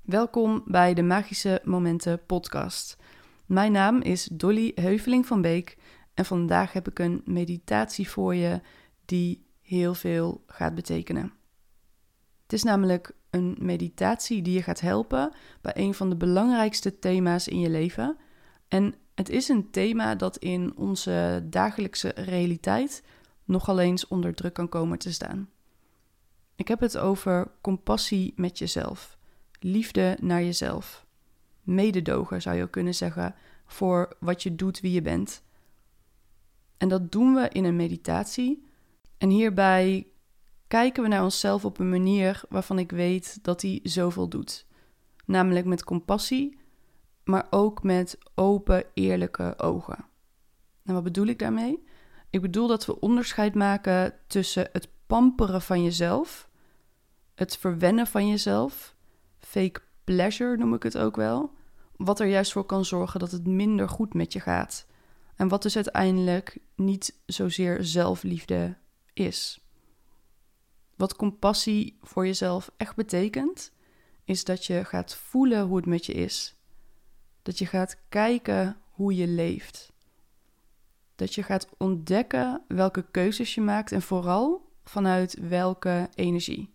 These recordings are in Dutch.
Welkom bij de Magische Momenten podcast. Mijn naam is Dolly Heuveling van Beek en vandaag heb ik een meditatie voor je die heel veel gaat betekenen. Het is namelijk een meditatie die je gaat helpen bij een van de belangrijkste thema's in je leven. En het is een thema dat in onze dagelijkse realiteit nogal eens onder druk kan komen te staan. Ik heb het over compassie met jezelf. Liefde naar jezelf. Mededogen zou je ook kunnen zeggen voor wat je doet, wie je bent. En dat doen we in een meditatie. En hierbij kijken we naar onszelf op een manier waarvan ik weet dat die zoveel doet. Namelijk met compassie, maar ook met open, eerlijke ogen. En wat bedoel ik daarmee? Ik bedoel dat we onderscheid maken tussen het pamperen van jezelf, het verwennen van jezelf, fake pleasure noem ik het ook wel, wat er juist voor kan zorgen dat het minder goed met je gaat. En wat dus uiteindelijk niet zozeer zelfliefde is. Wat compassie voor jezelf echt betekent, is dat je gaat voelen hoe het met je is. Dat je gaat kijken hoe je leeft. Dat je gaat ontdekken welke keuzes je maakt en vooral vanuit welke energie.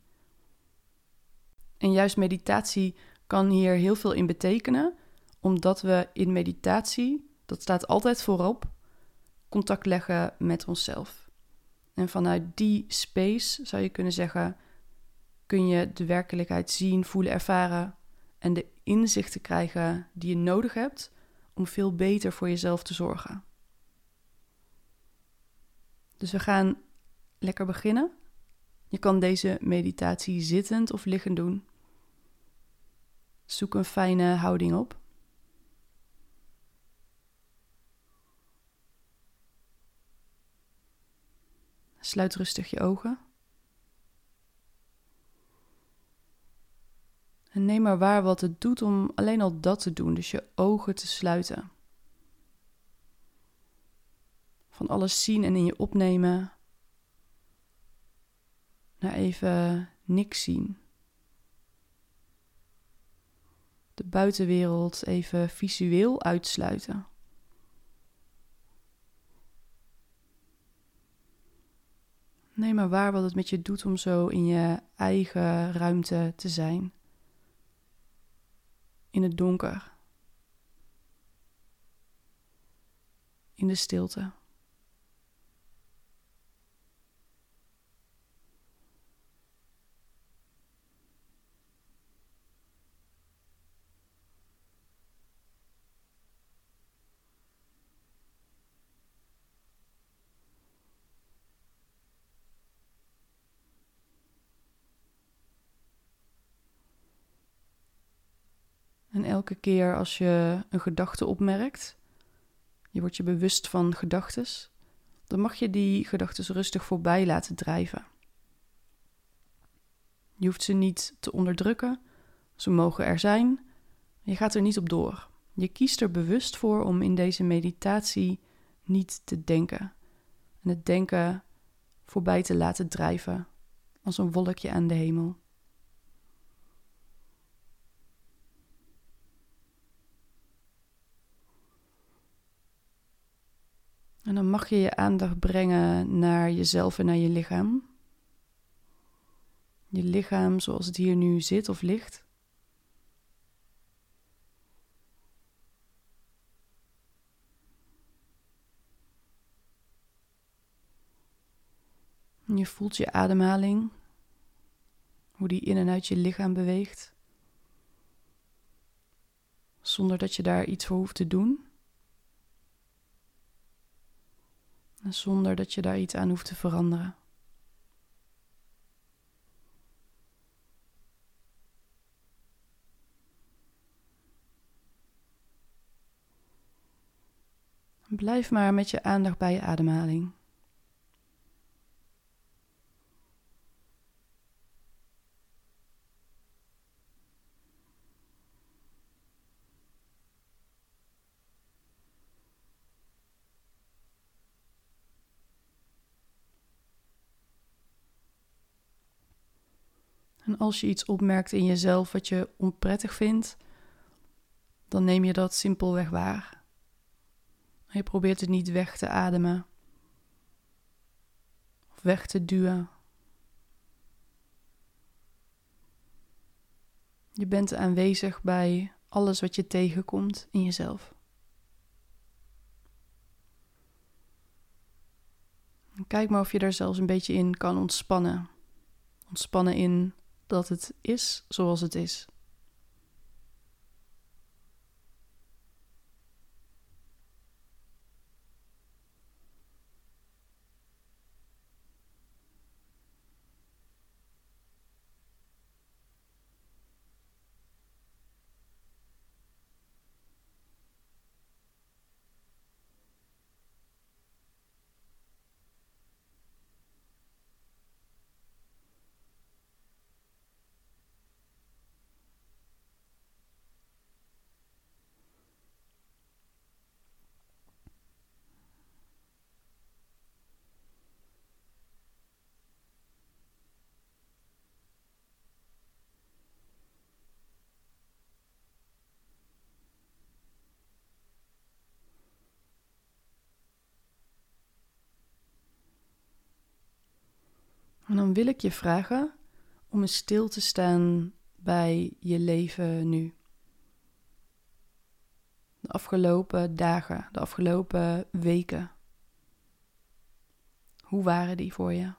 En juist meditatie kan hier heel veel in betekenen, omdat we in meditatie, dat staat altijd voorop, contact leggen met onszelf. En vanuit die space, zou je kunnen zeggen, kun je de werkelijkheid zien, voelen, ervaren en de inzichten krijgen die je nodig hebt om veel beter voor jezelf te zorgen. Dus we gaan lekker beginnen. Je kan deze meditatie zittend of liggend doen. Zoek een fijne houding op. Sluit rustig je ogen. En neem maar waar wat het doet om alleen al dat te doen, dus je ogen te sluiten. Van alles zien en in je opnemen, naar even niks zien. De buitenwereld even visueel uitsluiten. Neem maar waar wat het met je doet om zo in je eigen ruimte te zijn. In het donker. In de stilte. En elke keer als je een gedachte opmerkt, je wordt je bewust van gedachtes, dan mag je die gedachtes rustig voorbij laten drijven. Je hoeft ze niet te onderdrukken, ze mogen er zijn, je gaat er niet op door. Je kiest er bewust voor om in deze meditatie niet te denken. En het denken voorbij te laten drijven als een wolkje aan de hemel. En dan mag je je aandacht brengen naar jezelf en naar je lichaam. Je lichaam zoals het hier nu zit of ligt. En je voelt je ademhaling, hoe die in en uit je lichaam beweegt. Zonder dat je daar iets voor hoeft te doen. En zonder dat je daar iets aan hoeft te veranderen. Blijf maar met je aandacht bij je ademhaling. En als je iets opmerkt in jezelf wat je onprettig vindt, dan neem je dat simpelweg waar. Je probeert het niet weg te ademen of weg te duwen. Je bent aanwezig bij alles wat je tegenkomt in jezelf. En kijk maar of je daar zelfs een beetje in kan ontspannen. Ontspannen in dat het is zoals het is. En dan wil ik je vragen om eens stil te staan bij je leven nu. De afgelopen dagen, de afgelopen weken. Hoe waren die voor je?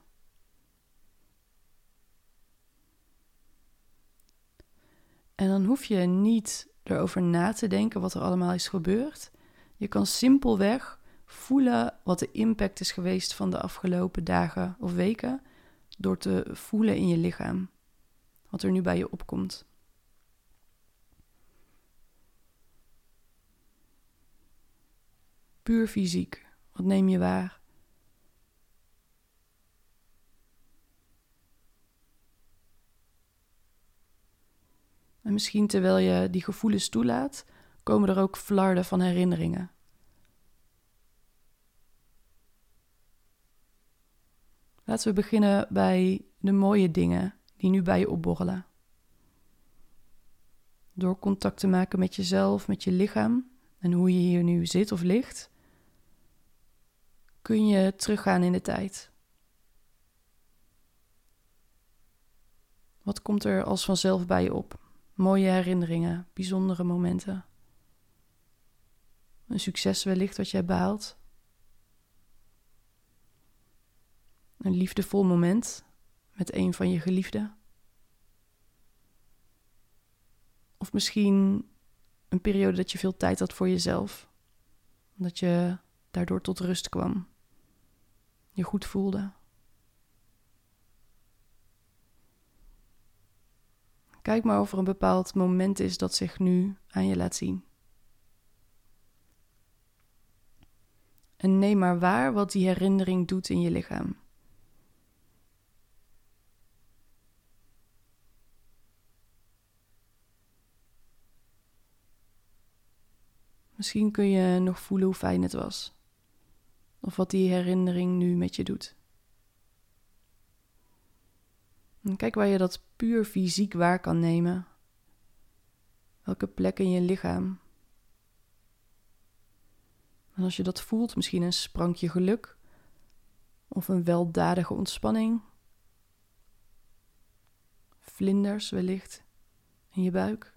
En dan hoef je niet erover na te denken wat er allemaal is gebeurd. Je kan simpelweg voelen wat de impact is geweest van de afgelopen dagen of weken, door te voelen in je lichaam, wat er nu bij je opkomt. Puur fysiek, wat neem je waar? En misschien terwijl je die gevoelens toelaat, komen er ook flarden van herinneringen. Laten we beginnen bij de mooie dingen die nu bij je opborrelen. Door contact te maken met jezelf, met je lichaam en hoe je hier nu zit of ligt, kun je teruggaan in de tijd. Wat komt er als vanzelf bij je op? Mooie herinneringen, bijzondere momenten. Een succes wellicht wat je hebt behaald. Een liefdevol moment met een van je geliefden. Of misschien een periode dat je veel tijd had voor jezelf. Dat je daardoor tot rust kwam. Je goed voelde. Kijk maar of er een bepaald moment is dat zich nu aan je laat zien. En neem maar waar wat die herinnering doet in je lichaam. Misschien kun je nog voelen hoe fijn het was. Of wat die herinnering nu met je doet. En kijk waar je dat puur fysiek waar kan nemen. Welke plek in je lichaam. En als je dat voelt, misschien een sprankje geluk. Of een weldadige ontspanning. Vlinders wellicht in je buik.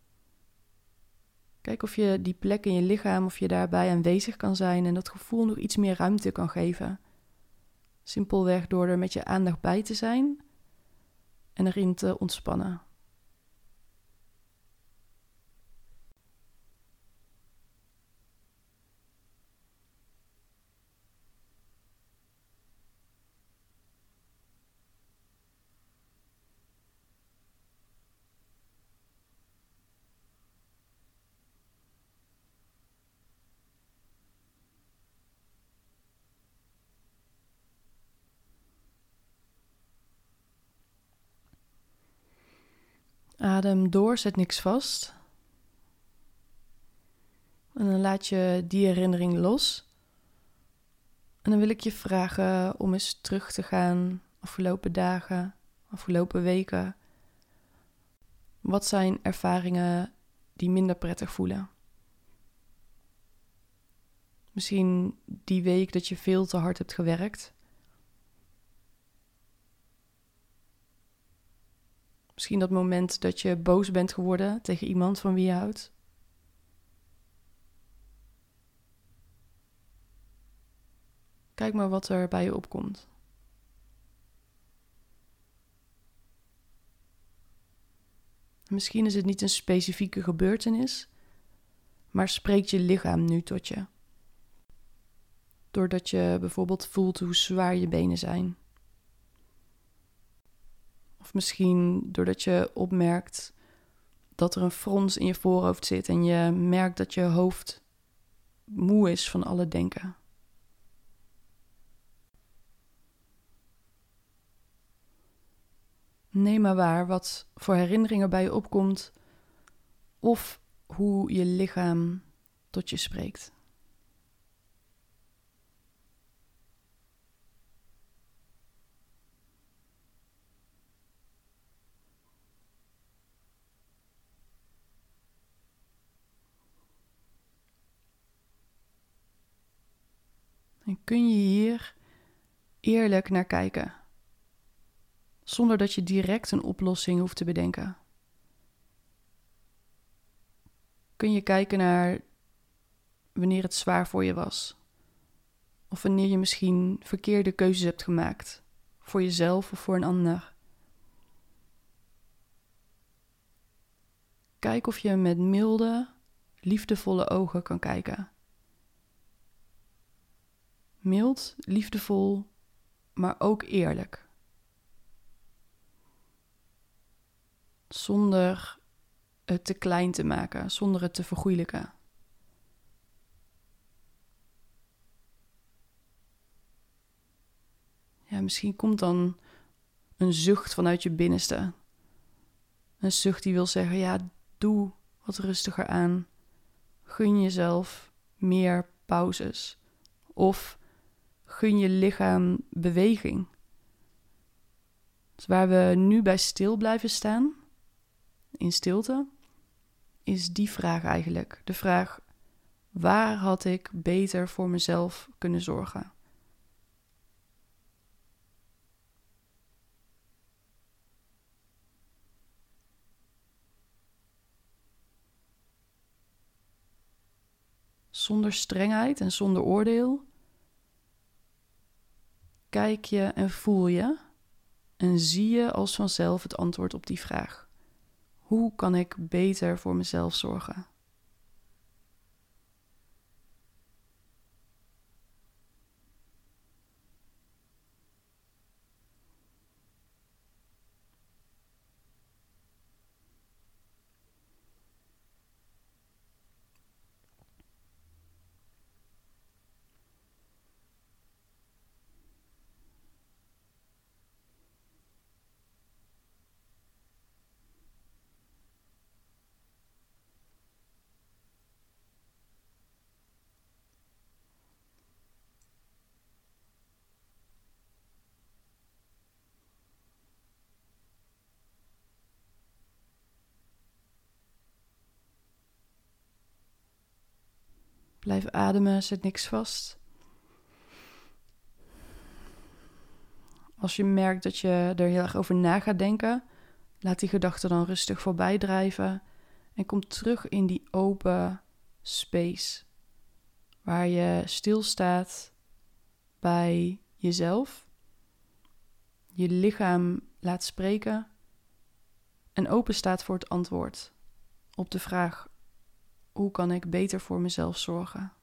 Kijk of je die plek in je lichaam, of je daarbij aanwezig kan zijn en dat gevoel nog iets meer ruimte kan geven. Simpelweg door er met je aandacht bij te zijn en erin te ontspannen. Adem door, zet niks vast. En dan laat je die herinnering los. En dan wil ik je vragen om eens terug te gaan, afgelopen dagen, afgelopen weken, Wat zijn ervaringen die minder prettig voelen? Misschien die week dat je veel te hard hebt gewerkt. Misschien dat moment dat je boos bent geworden tegen iemand van wie je houdt. Kijk maar wat er bij je opkomt. Misschien is het niet een specifieke gebeurtenis, maar spreekt je lichaam nu tot je. Doordat je bijvoorbeeld voelt hoe zwaar je benen zijn. Of misschien doordat je opmerkt dat er een frons in je voorhoofd zit en je merkt dat je hoofd moe is van alle denken. Neem maar waar wat voor herinneringen bij je opkomt of hoe je lichaam tot je spreekt. En kun je hier eerlijk naar kijken, zonder dat je direct een oplossing hoeft te bedenken. Kun je kijken naar wanneer het zwaar voor je was, of wanneer je misschien verkeerde keuzes hebt gemaakt, voor jezelf of voor een ander. Kijk of je met milde, liefdevolle ogen kan kijken. Mild, liefdevol, maar ook eerlijk. Zonder het te klein te maken, zonder het te vergoeilijken. Ja, misschien komt dan een zucht vanuit je binnenste. Een zucht die wil zeggen, ja, doe wat rustiger aan. Gun jezelf meer pauzes. Of gun je lichaam beweging. Dus waar we nu bij stil blijven staan, in stilte, is die vraag eigenlijk. De vraag, waar had ik beter voor mezelf kunnen zorgen? Zonder strengheid en zonder oordeel. Kijk je en voel je en zie je als vanzelf het antwoord op die vraag. Hoe kan ik beter voor mezelf zorgen? Blijf ademen, zet niks vast. Als je merkt dat je er heel erg over na gaat denken, laat die gedachten dan rustig voorbij drijven en kom terug in die open space waar je stilstaat bij jezelf, je lichaam laat spreken en open staat voor het antwoord op de vraag: hoe kan ik beter voor mezelf zorgen?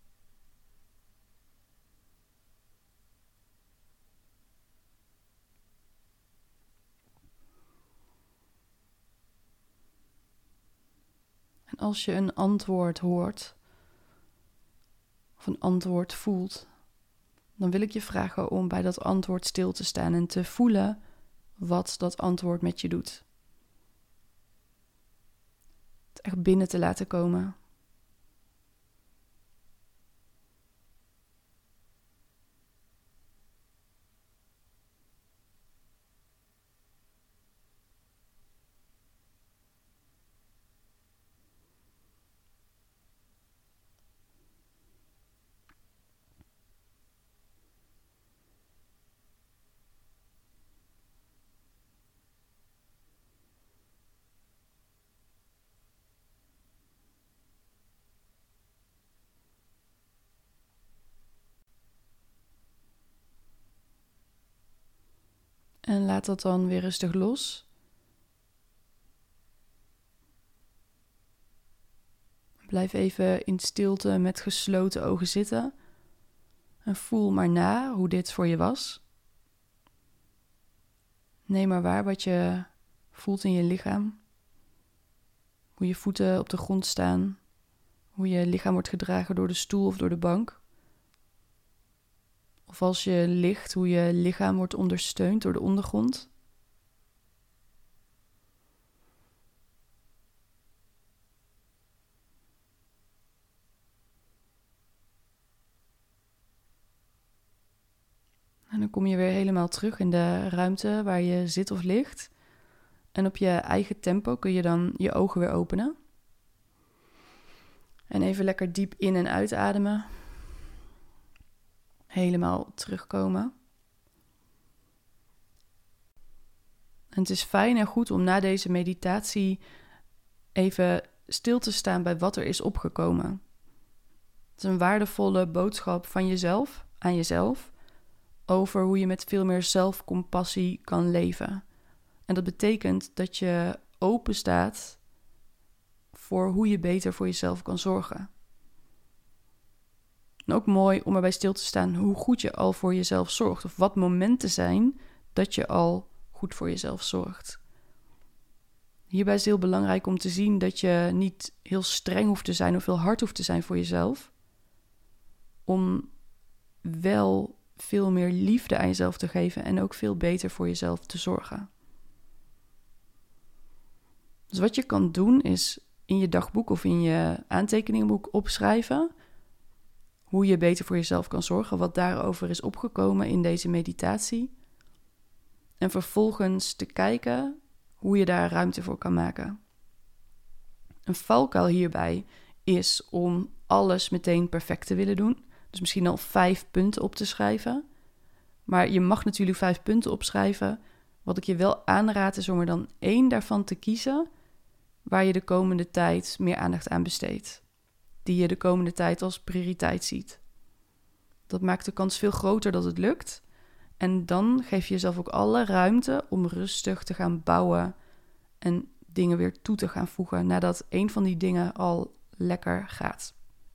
En als je een antwoord hoort of een antwoord voelt, dan wil ik je vragen om bij dat antwoord stil te staan en te voelen wat dat antwoord met je doet. Het echt binnen te laten komen. En laat dat dan weer rustig los. Blijf even in stilte met gesloten ogen zitten. En voel maar na hoe dit voor je was. Neem maar waar wat je voelt in je lichaam. Hoe je voeten op de grond staan. Hoe je lichaam wordt gedragen door de stoel of door de bank. Of als je ligt, hoe je lichaam wordt ondersteund door de ondergrond. En dan kom je weer helemaal terug in de ruimte waar je zit of ligt. En op je eigen tempo kun je dan je ogen weer openen. En even lekker diep in- en uitademen. Helemaal terugkomen. En het is fijn en goed om na deze meditatie even stil te staan bij wat er is opgekomen. Het is een waardevolle boodschap van jezelf aan jezelf over hoe je met veel meer zelfcompassie kan leven. En dat betekent dat je open staat voor hoe je beter voor jezelf kan zorgen. En ook mooi om erbij stil te staan hoe goed je al voor jezelf zorgt. Of wat momenten zijn dat je al goed voor jezelf zorgt. Hierbij is het heel belangrijk om te zien dat je niet heel streng hoeft te zijn of heel hard hoeft te zijn voor jezelf. Om wel veel meer liefde aan jezelf te geven en ook veel beter voor jezelf te zorgen. Dus wat je kan doen is in je dagboek of in je aantekeningenboek opschrijven hoe je beter voor jezelf kan zorgen, wat daarover is opgekomen in deze meditatie. En vervolgens te kijken hoe je daar ruimte voor kan maken. Een valkuil hierbij is om alles meteen perfect te willen doen. Dus misschien al 5 punten op te schrijven. Maar je mag natuurlijk 5 punten opschrijven. Wat ik je wel aanraad is om er dan 1 daarvan te kiezen waar je de komende tijd meer aandacht aan besteedt. Die je de komende tijd als prioriteit ziet. Dat maakt de kans veel groter dat het lukt. En dan geef je jezelf ook alle ruimte om rustig te gaan bouwen en dingen weer toe te gaan voegen nadat 1 van die dingen al lekker gaat.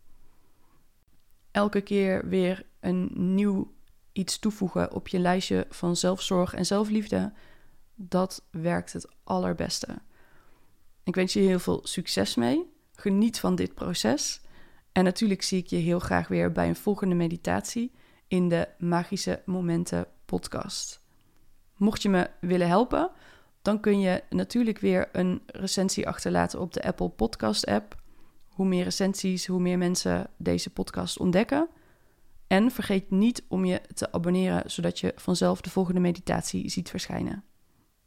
Elke keer weer een nieuw iets toevoegen op je lijstje van zelfzorg en zelfliefde, dat werkt het allerbeste. Ik wens je heel veel succes mee. Geniet van dit proces. En natuurlijk zie ik je heel graag weer bij een volgende meditatie in de Magische Momenten podcast. Mocht je me willen helpen, dan kun je natuurlijk weer een recensie achterlaten op de Apple Podcast app. Hoe meer recensies, hoe meer mensen deze podcast ontdekken. En vergeet niet om je te abonneren, zodat je vanzelf de volgende meditatie ziet verschijnen.